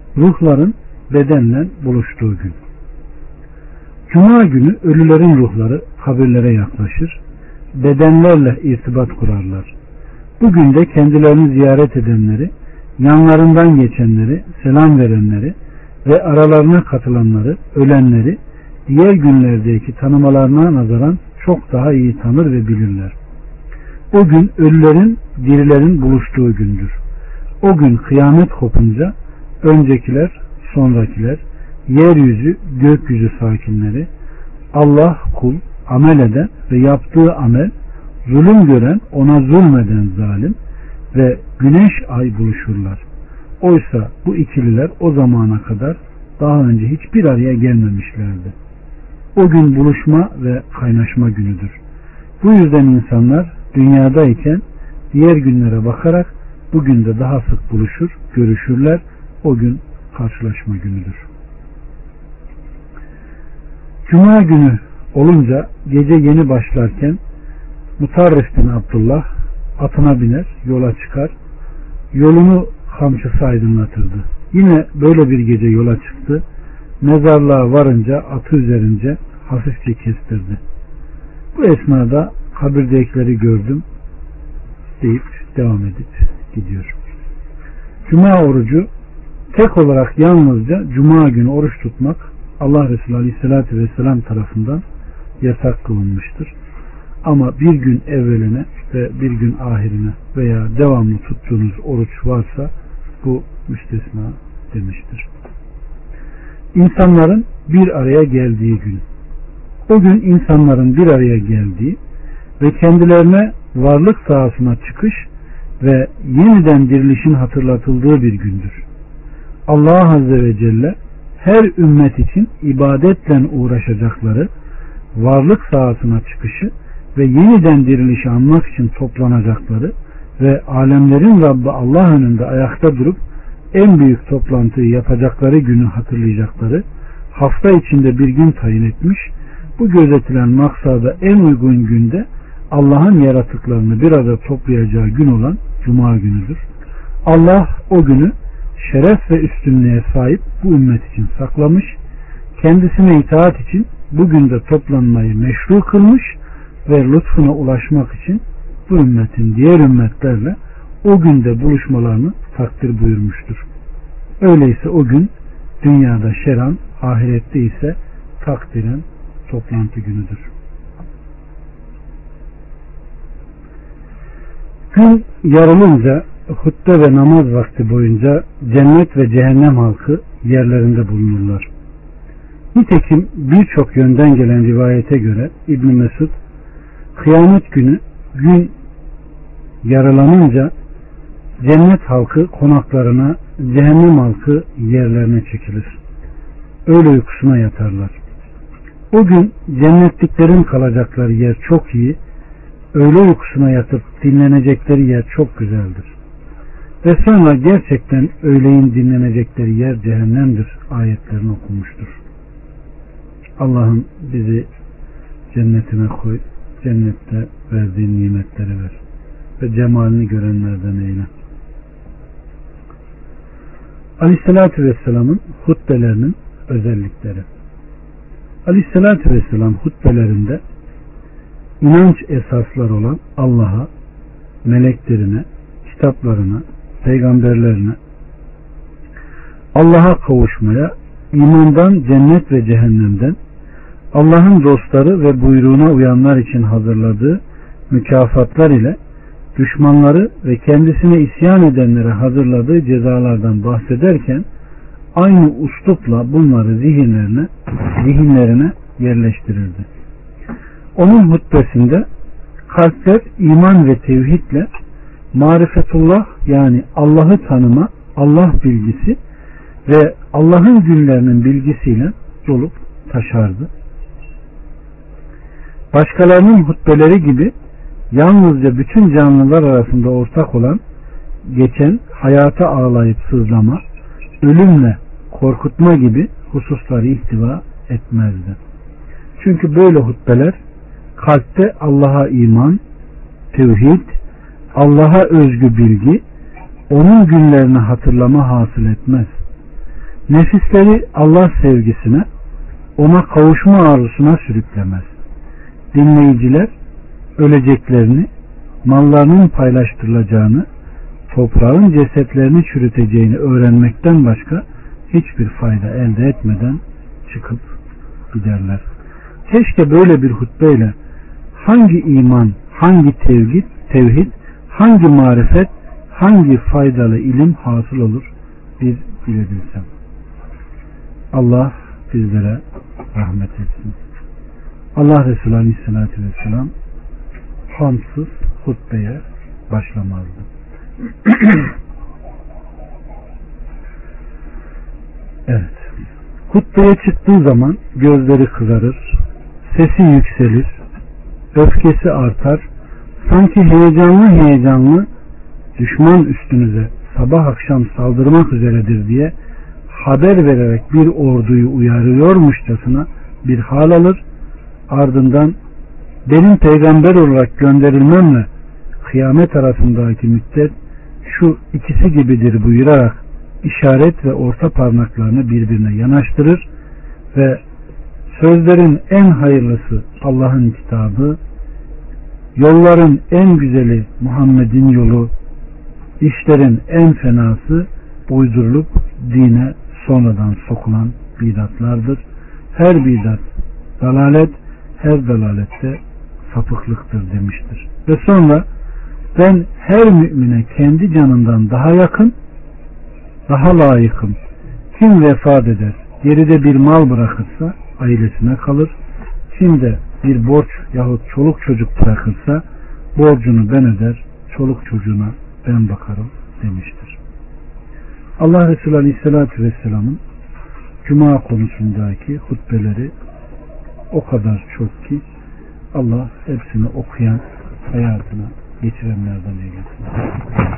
ruhların bedenle buluştuğu gün. Cuma günü ölülerin ruhları kabirlere yaklaşır, bedenlerle irtibat kurarlar. Bugün de kendilerini ziyaret edenleri, yanlarından geçenleri, selam verenleri ve aralarına katılanları, ölenleri diğer günlerdeki tanımalarına nazaran çok daha iyi tanır ve bilirler. O gün ölülerin, dirilerin buluştuğu gündür. O gün kıyamet kopunca öncekiler, sonrakiler, yeryüzü, gökyüzü sakinleri, Allah kul, amel eden ve yaptığı amel, zulüm gören, ona zulmeden zalim ve güneş ay buluşurlar. Oysa bu ikililer o zamana kadar daha önce hiçbir araya gelmemişlerdi. O gün buluşma ve kaynaşma günüdür. Bu yüzden insanlar dünyadayken diğer günlere bakarak bugün de daha sık buluşur, görüşürler. O gün karşılaşma günüdür. Cuma günü olunca gece yeni başlarken Mutarrif bin Abdullah atına biner, yola çıkar. Yolunu kamçısı aydınlatırdı. Yine böyle bir gece yola çıktı. Mezarlığa varınca atı üzerince hafifçe kestirdi. Bu esnada kabirdekileri gördüm deyip devam edip gidiyor. Cuma orucu tek olarak yalnızca Cuma günü oruç tutmak Allah Resulü Aleyhisselatü Vesselam tarafından yasak kılınmıştır. Ama bir gün evveline ve bir gün ahirine veya devamlı tuttuğunuz oruç varsa bu müstesna demiştir. İnsanların bir araya geldiği gün. O gün insanların bir araya geldiği ve kendilerine varlık sahasına çıkış ve yeniden dirilişin hatırlatıldığı bir gündür. Allah Azze ve Celle her ümmet için ibadetle uğraşacakları varlık sahasına çıkışı ve yeniden dirilişi anmak için toplanacakları ve alemlerin Rabbi Allah önünde ayakta durup en büyük toplantıyı yapacakları günü hatırlayacakları hafta içinde bir gün tayin etmiş. Bu gözetilen maksada en uygun günde Allah'ın yaratıklarını bir arada toplayacağı gün olan Cuma günüdür. Allah o günü şeref ve üstünlüğe sahip bu ümmet için saklamış, kendisine itaat için bugün de toplanmayı meşru kılmış ve lütfuna ulaşmak için bu ümmetin diğer ümmetlerle o günde buluşmalarını takdir buyurmuştur. Öyleyse o gün dünyada şeran, ahirette ise takdiren toplantı günüdür. Gün yarılınca hutbe ve namaz vakti boyunca cennet ve cehennem halkı yerlerinde bulunurlar. Nitekim birçok yönden gelen rivayete göre İbn Mesud kıyamet günü gün yaralanınca cennet halkı konaklarına, cehennem halkı yerlerine çekilir. Öyle uykusuna yatarlar. O gün cennetliklerin kalacakları yer çok iyi, öğle uykusuna yatıp dinlenecekleri yer çok güzeldir. Ve sonra gerçekten öğleyin dinlenecekleri yer cehennemdir ayetlerini okumuştur. Allah'ım bizi cennetine koy, cennette verdiğin nimetleri ver ve cemalini görenlerden eyle. Aleyhissalatü Vesselam'ın hutbelerinin özellikleri. Aleyhissalatü Vesselam hutbelerinde inanç esasları olan Allah'a, meleklerine, kitaplarına, peygamberlerine, Allah'a kavuşmaya, imandan, cennet ve cehennemden, Allah'ın dostları ve buyruğuna uyanlar için hazırladığı mükafatlar ile düşmanları ve kendisine isyan edenlere hazırladığı cezalardan bahsederken aynı uslupla bunları zihinlerine yerleştirirdi. Onun hutbesinde kalpler iman ve tevhidle marifetullah yani Allah'ı tanıma, Allah bilgisi ve Allah'ın günlerinin bilgisiyle dolup taşardı. Başkalarının hutbeleri gibi yalnızca bütün canlılar arasında ortak olan geçen hayata ağlayıp sızlama, ölümle korkutma gibi hususları ihtiva etmezdi. Çünkü böyle hutbeler kalpte Allah'a iman, tevhid, Allah'a özgü bilgi, onun günlerini hatırlama hasıl etmez. Nefisleri Allah sevgisine, ona kavuşma arzusuna sürüklemez. Dinleyiciler öleceklerini, mallarının paylaştırılacağını, toprağın cesetlerini çürüteceğini öğrenmekten başka hiçbir fayda elde etmeden çıkıp giderler. Keşke böyle bir hutbeyle hangi iman, hangi tevhid, hangi marifet, hangi faydalı ilim hasıl olur bir bilebilsem. Allah bizlere rahmet etsin. Allah Resulü Aleyhisselatü Vesselam hamsız hutbeye başlamazdı. Evet. Hutbeye çıktığı zaman gözleri kızarır, sesi yükselir, öfkesi artar, sanki heyecanlı düşman üstünüze sabah akşam saldırmak üzeredir diye haber vererek bir orduyu uyarıyormuşçasına bir hal alır. Ardından benim peygamber olarak gönderilmemle kıyamet arasındaki müddet şu ikisi gibidir buyurarak işaret ve orta parmaklarını birbirine yanaştırır ve sözlerin en hayırlısı Allah'ın kitabı, yolların en güzeli Muhammed'in yolu, işlerin en fenası uydurulup dine sonradan sokulan bidatlardır. Her bidat dalalet, her dalalette sapıklıktır demiştir. Ve sonra ben her mümine kendi canından daha yakın, daha layıkım. Kim vefat eder, geride bir mal bırakırsa ailesine kalır. Kim de bir borç yahut çoluk çocuk bırakırsa borcunu ben öder, çoluk çocuğuna ben bakarım demiştir. Allah Resulü Aleyhisselatü Vesselam'ın Cuma konusundaki hutbeleri o kadar çok ki Allah hepsini okuyan, hayatına geçirenlerden eylesin.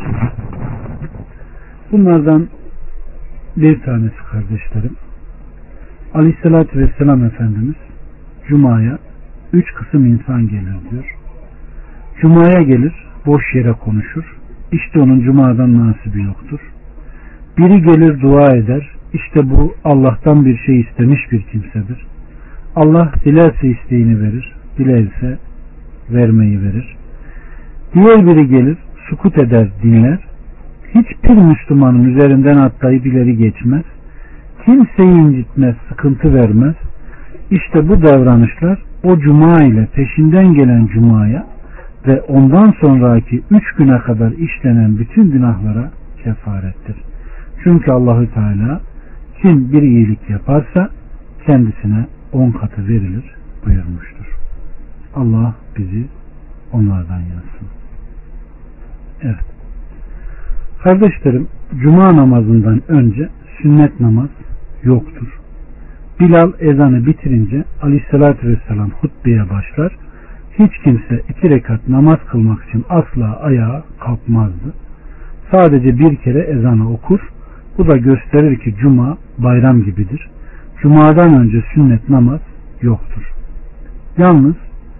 Bunlardan bir tanesi kardeşlerim, Aleyhisselatü Vesselam Efendimiz Cuma'ya 3 kısım insan gelir diyor. Cuma'ya gelir, boş yere konuşur. İşte onun Cuma'dan nasibi yoktur. Biri gelir dua eder. İşte bu Allah'tan bir şey istemiş bir kimsedir. Allah dilerse isteğini verir, dilerse vermeyi verir. Diğer biri gelir, sukut eder, dinler. Hiçbir Müslümanın üzerinden atlayıp ileri geçmez. Kimseyi incitmez, sıkıntı vermez. İşte bu davranışlar o Cuma ile peşinden gelen Cuma'ya ve ondan sonraki 3 güne kadar işlenen bütün günahlara kefarettir. Çünkü Allahü Teala kim bir iyilik yaparsa kendisine 10 katı verilir buyurmuştur. Allah bizi onlardan yazsın. Evet. Kardeşlerim, Cuma namazından önce sünnet namaz yoktur. Bilal ezanı bitirince Aleyhisselatü Vesselam hutbeye başlar. Hiç kimse 2 rekat namaz kılmak için asla ayağa kalkmazdı. Sadece bir kere ezanı okur. Bu da gösterir ki Cuma bayram gibidir. Cuma'dan önce sünnet namaz yoktur. Yalnız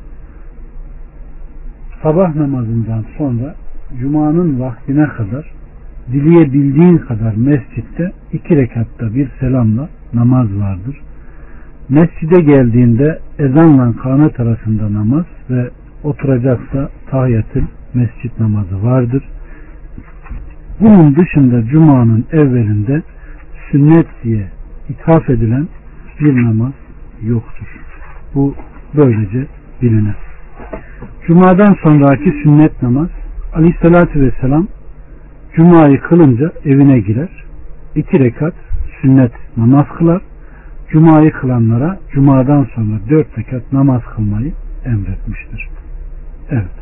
sabah namazından sonra Cuma'nın vaktine kadar dileyebildiğin kadar mescitte 2 rekatta bir selamla namaz vardır. Mescide geldiğinde ezanla kâmet arasında namaz ve oturacaksa tahiyyatül mescit namazı vardır. Bunun dışında Cuma'nın evvelinde sünnet diye ithaf edilen bir namaz yoktur. Bu böylece bilinir. Cuma'dan sonraki sünnet namaz, Aleyhisselatü Vesselam Cuma'yı kılınca evine girer. 2 rekat sünnet namaz kılar. Cuma'yı kılanlara Cuma'dan sonra 4 rekat namaz kılmayı emretmiştir. Evet.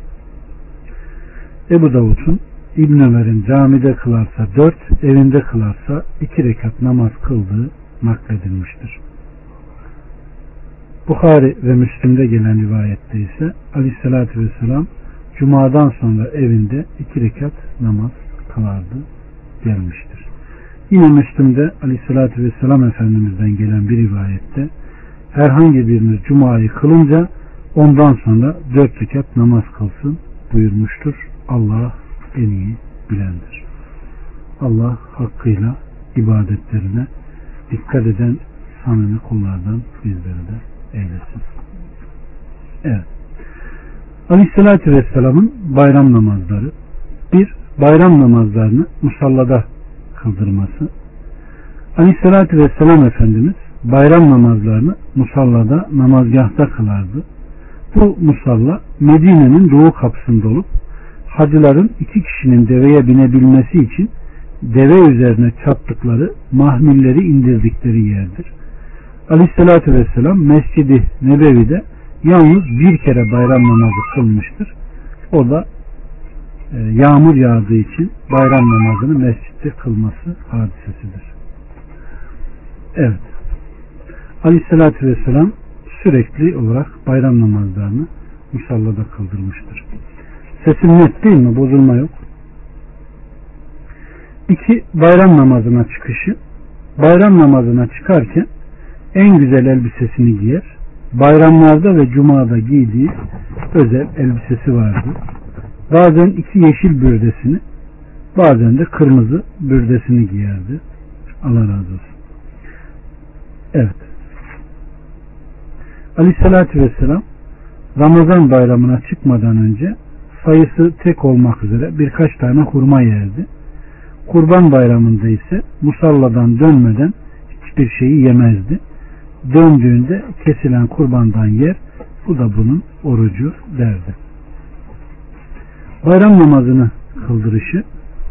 Ebu Davud'un İbn Ömer'in camide kılarsa 4, evinde kılarsa 2 rekat namaz kıldığı nakledilmiştir. Bukhari ve Müslim'de gelen rivayette ise Aleyhisselatü Vesselam Cuma'dan sonra evinde 2 rekat namaz kılardı gelmiştir. Yine Müslim'de Aleyhisselatü Vesselam Efendimiz'den gelen bir rivayette herhangi biriniz Cuma'yı kılınca ondan sonra 4 rekat namaz kılsın buyurmuştur. Allah en iyi bilendir. Allah hakkıyla ibadetlerine dikkat eden samimi kullardan bizleri de eylesin. Evet. Aleyhissalatü Vesselam'ın bayram namazları. Bir, bayram namazlarını musallada kıldırması. Aleyhissalatü Vesselam Efendimiz bayram namazlarını musallada, namazgahta kılardı. Bu musalla Medine'nin doğu kapısında olup hacıların 2 kişinin deveye binebilmesi için deve üzerine çattıkları mahmilleri indirdikleri yerdir. Aleyhissalatü Vesselam Mescid-i Nebevi'de yalnız bir kere bayram namazı kılmıştır. O da yağmur yağdığı için bayram namazını mescitte kılması hadisesidir. Evet. Aleyhissalatü Vesselam sürekli olarak bayram namazlarını musallada kıldırmıştır. Sesim net değil mi? Bozulma yok. 2. Bayram namazına çıkışı. Bayram namazına çıkarken en güzel elbisesini giyer. Bayramlarda ve cumada giydiği özel elbisesi vardı. Bazen 2 yeşil bürdesini, bazen de kırmızı bürdesini giyerdi. Allah razı olsun. Evet. Aleyhissalatü Vesselam Ramazan bayramına çıkmadan önce sayısı tek olmak üzere birkaç tane hurma yerdi. Kurban bayramında ise musalladan dönmeden hiçbir şeyi yemezdi. Döndüğünde kesilen kurbandan yer, bu da bunun orucu derdi. Bayram namazını kıldırışı.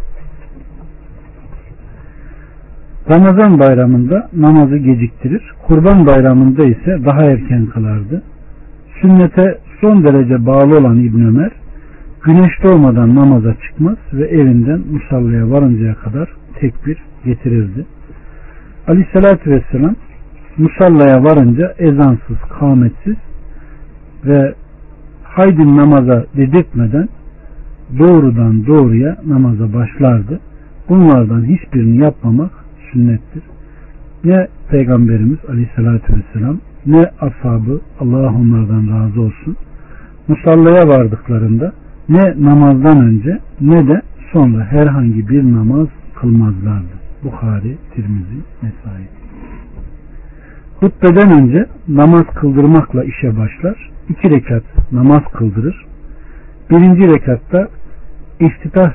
Ramazan bayramında namazı geciktirir. Kurban bayramında ise daha erken kılardı. Sünnete son derece bağlı olan İbn Ömer güneş doğmadan namaza çıkmaz ve evinden musallaya varıncaya kadar tekbir getirirdi. Aleyhissalatü Vesselam musallaya varınca ezansız, kâmetsiz ve haydi namaza dedirtmeden doğrudan doğruya namaza başlardı. Bunlardan hiçbirini yapmamak sünnettir. Ne Peygamberimiz Aleyhissalatü Vesselam ne ashabı, Allah onlardan razı olsun, musallaya vardıklarında ne namazdan önce ne de sonra herhangi bir namaz kılmazlardı. Bukhari, Tirmizi, Nesai. Hutbeden önce namaz kıldırmakla işe başlar. 2 rekat namaz kıldırır. 1. rekatta iftitah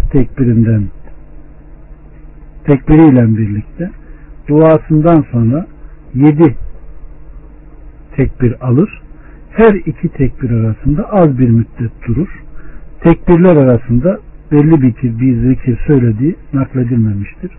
tekbiriyle birlikte duasından sonra 7 tekbir alır. Her 2 tekbir arasında az bir müddet durur. Tekbirler arasında belli bir zikir söylediği nakledilmemiştir.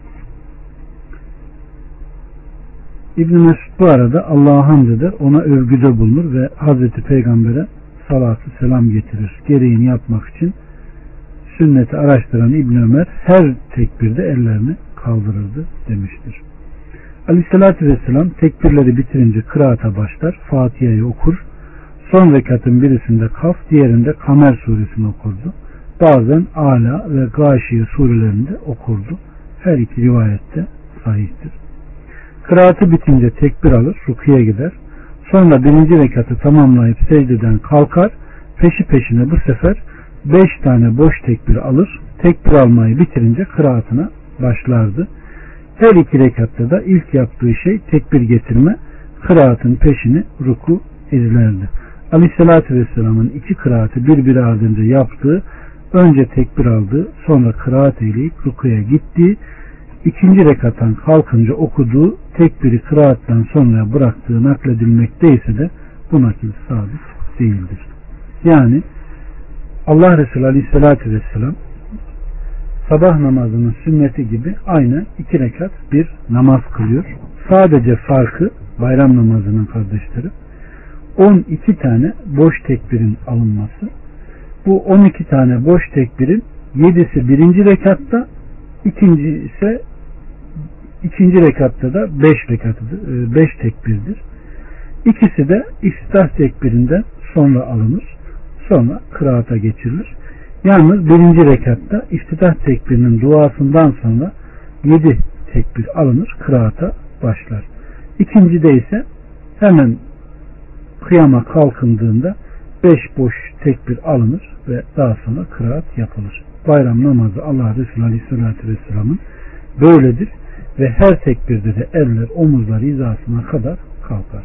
İbn Mesud bu arada Allah'a hamd eder, ona övgüde bulunur ve Hazreti Peygamber'e salatü selam getirir. Gereğini yapmak için sünneti araştıran İbn Ömer her tekbirde ellerini kaldırırdı demiştir. Aleyhissalatü Vesselam tekbirleri bitirince kıraata başlar, Fatiha'yı okur. Son rekatın birisinde Kaf, diğerinde Kamer suresini okurdu. Bazen Ala ve Gâşiye surelerinde okurdu. Her 2 rivayette sahihtir. Kıraatı bitince tekbir alır, rukuya gider. Sonra 1. rekatı tamamlayıp secdeden kalkar. Peşi peşine bu sefer 5 tane boş tekbir alır. Tekbir almayı bitirince kıraatına başlardı. Her 2 rekatta da ilk yaptığı şey tekbir getirme, kıraatın peşini ruku izlerdi. Aleyhissalatü Vesselam'ın 2 kıraatı birbiri ardınca yaptığı, önce tekbir aldığı, sonra kıraat eyleyip rukuya gittiği, 2. rekattan kalkınca okuduğu tekbiri kıraattan sonra bıraktığı nakledilmekteyse de bu nakil sabit değildir. Yani Allah Resulü Aleyhisselatü Vesselam sabah namazının sünneti gibi aynı 2 rekat bir namaz kılıyor. Sadece farkı bayram namazının kardeşleri 12 tane boş tekbirin alınması. Bu 12 tane boş tekbirin 7'si 1. rekatta, ikinci rekatta da 5 tekbirdir. İkisi de iftitah tekbirinden sonra alınır. Sonra kıraata geçirilir. Yalnız 1. rekatta iftitah tekbirinin duasından sonra 7 tekbir alınır, kıraata başlar. İkincide ise hemen kıyama kalkındığında 5 boş tekbir alınır ve daha sonra kıraat yapılır. Bayram namazı Allah Resulü Aleyhisselatü Vesselam'ın böyledir. ve her tekbirde de eller omuzlar hizasına kadar kalkar.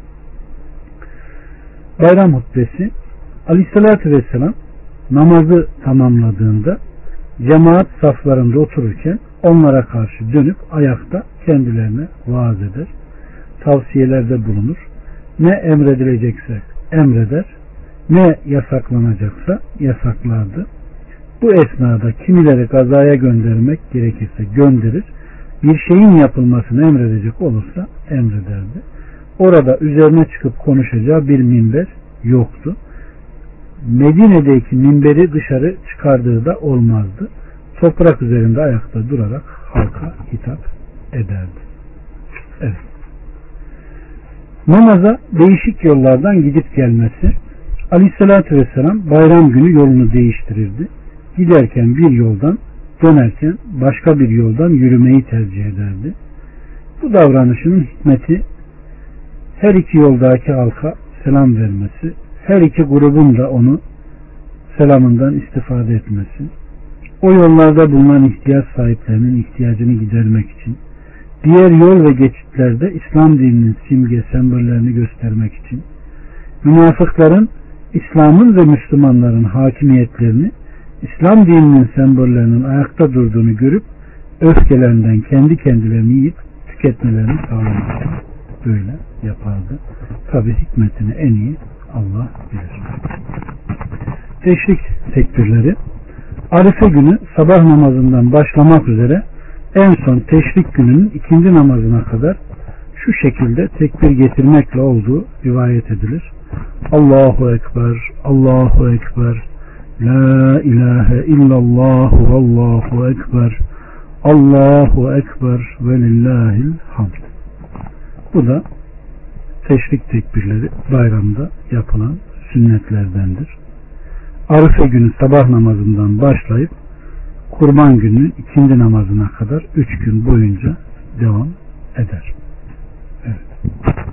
Bayram hutbesi. Aleyhissalatü vesselam namazı tamamladığında cemaat saflarında otururken onlara karşı dönüp ayakta kendilerine vaaz eder, tavsiyelerde bulunur. Ne emredilecekse emreder, ne yasaklanacaksa yasaklardı. Bu esnada kimileri gazaya göndermek gerekirse gönderir, bir şeyin yapılmasını emredecek olursa emrederdi. Orada üzerine çıkıp konuşacağı bir minber yoktu. Medine'deki minberi dışarı çıkardığı da olmazdı. Toprak üzerinde ayakta durarak halka hitap ederdi. Evet. Namaza değişik yollardan gidip gelmesi. Aleyhissalatü vesselam bayram günü yolunu değiştirirdi. Giderken bir yoldan, dönerken başka bir yoldan yürümeyi tercih ederdi. Bu davranışının hikmeti her iki yoldaki halka selam vermesi, her iki grubun da onu selamından istifade etmesi, o yollarda bulunan ihtiyaç sahiplerinin ihtiyacını gidermek için, diğer yol ve geçitlerde İslam dininin simge sembollerini göstermek için, münafıkların İslam'ın ve Müslümanların hakimiyetlerini, İslam dininin sembollerinin ayakta durduğunu görüp öfkelerinden kendi kendilerini yiyip tüketmelerini sağlamak böyle yapardı. Tabi hikmetini en iyi Allah bilir. Teşrik tekbirleri. Arife günü sabah namazından başlamak üzere en son teşrik gününün ikindi namazına kadar şu şekilde tekbir getirmekle olduğu rivayet edilir. Allahu Ekber, Allahu Ekber, La ilahe illallah, Allahu Ekber, Allahu Ekber ve lillahil hamd. Bu da teşrik tekbirleri bayramda yapılan sünnetlerdendir. Arife günü sabah namazından başlayıp Kurban gününün ikindi namazına kadar 3 gün boyunca devam eder. Evet.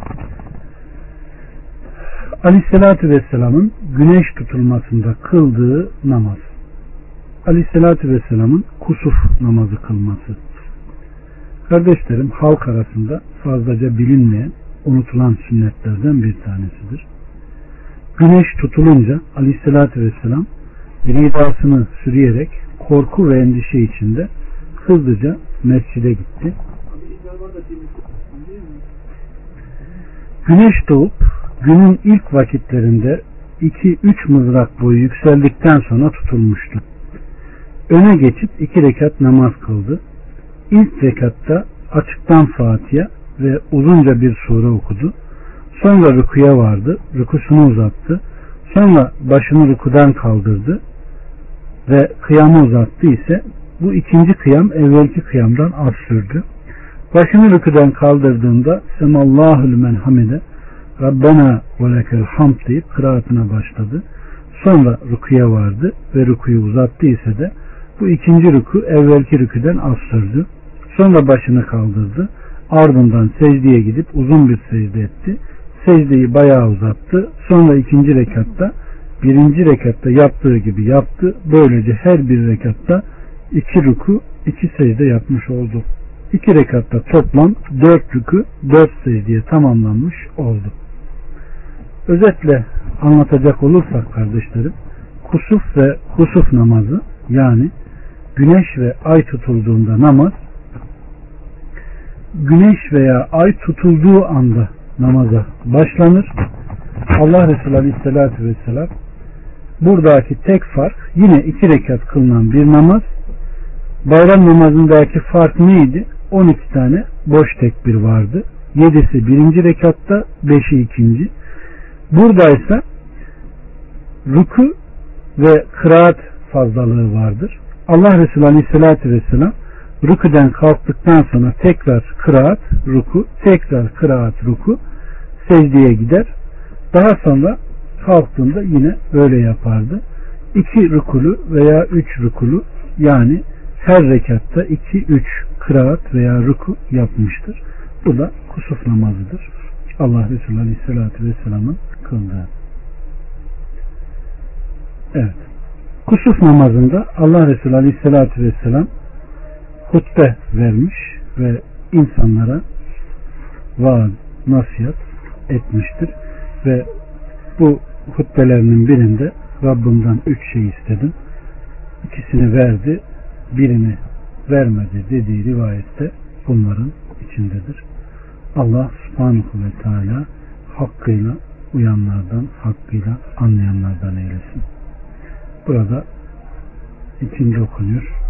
Aleyhissalatü vesselamın güneş tutulmasında kıldığı namaz. Aleyhissalatü vesselamın kusuf namazı kılması. Kardeşlerim, halk arasında fazlaca bilinmeyen, unutulan sünnetlerden bir tanesidir. Güneş tutulunca Aleyhissalatü vesselam ridasını sürüyerek korku ve endişe içinde hızlıca mescide gitti. Güneş doğup günün ilk vakitlerinde 2-3 mızrak boyu yükseldikten sonra tutulmuştu. Öne geçip 2 rekat namaz kıldı. İlk rekatta açıktan Fatiha ve uzunca bir sure okudu. Sonra rükuya vardı. Rükusunu uzattı. Sonra başını rükudan kaldırdı ve kıyamı uzattı ise bu ikinci kıyam evvelki kıyamdan az sürdü. Başını rükudan kaldırdığında Semallahü lümen hamide Rabbena ve lekel hamd deyip kıraatına başladı. Sonra rükuya vardı ve rükuyu uzattı ise de bu ikinci rüku evvelki rüküden az sürdü. Sonra başını kaldırdı. Ardından secdeye gidip uzun bir secde etti. Secdeyi bayağı uzattı. Sonra ikinci rekatta birinci rekatta yaptığı gibi yaptı. Böylece her bir rekatta 2 rüku 2 secde yapmış oldu. 2 rekatta toplam 4 rüku 4 secdeye tamamlanmış oldu. Özetle anlatacak olursak kardeşlerim, kusuf ve husuf namazı, yani güneş ve ay tutulduğunda namaz, güneş veya ay tutulduğu anda namaza başlanır. Allah Resulü Aleyhisselatü Vesselam buradaki tek fark yine 2 rekat kılınan bir namaz. Bayram namazındaki fark neydi? 12 tane boş tekbir vardı. 7'si birinci rekatta, 5'i ikinci. Buradaysa ruku ve kıraat fazlalığı vardır. Allah Resulü Aleyhisselatü Vesselam rüküden kalktıktan sonra tekrar kıraat, ruku, tekrar kıraat, ruku, secdeye gider. Daha sonra kalktığında yine böyle yapardı. 2 rükulu veya 3 rükulu, yani her rekatta 2-3 kıraat veya ruku yapmıştır. Bu da kusuf namazıdır. Allah Resulü Aleyhisselatü Vesselam'ın kıldığı. Evet. Kusuf namazında Allah Resulü Aleyhisselatü Vesselam hutbe vermiş ve insanlara vaaz, nasihat etmiştir ve bu hutbelerinin birinde Rabbimden 3 şey istedim. İkisini verdi, birini vermedi dediği rivayette bunların içindedir. Allah subhanahu ve teala hakkıyla uyanlardan, hakkıyla anlayanlardan eylesin. Burada ikinci okunuyor.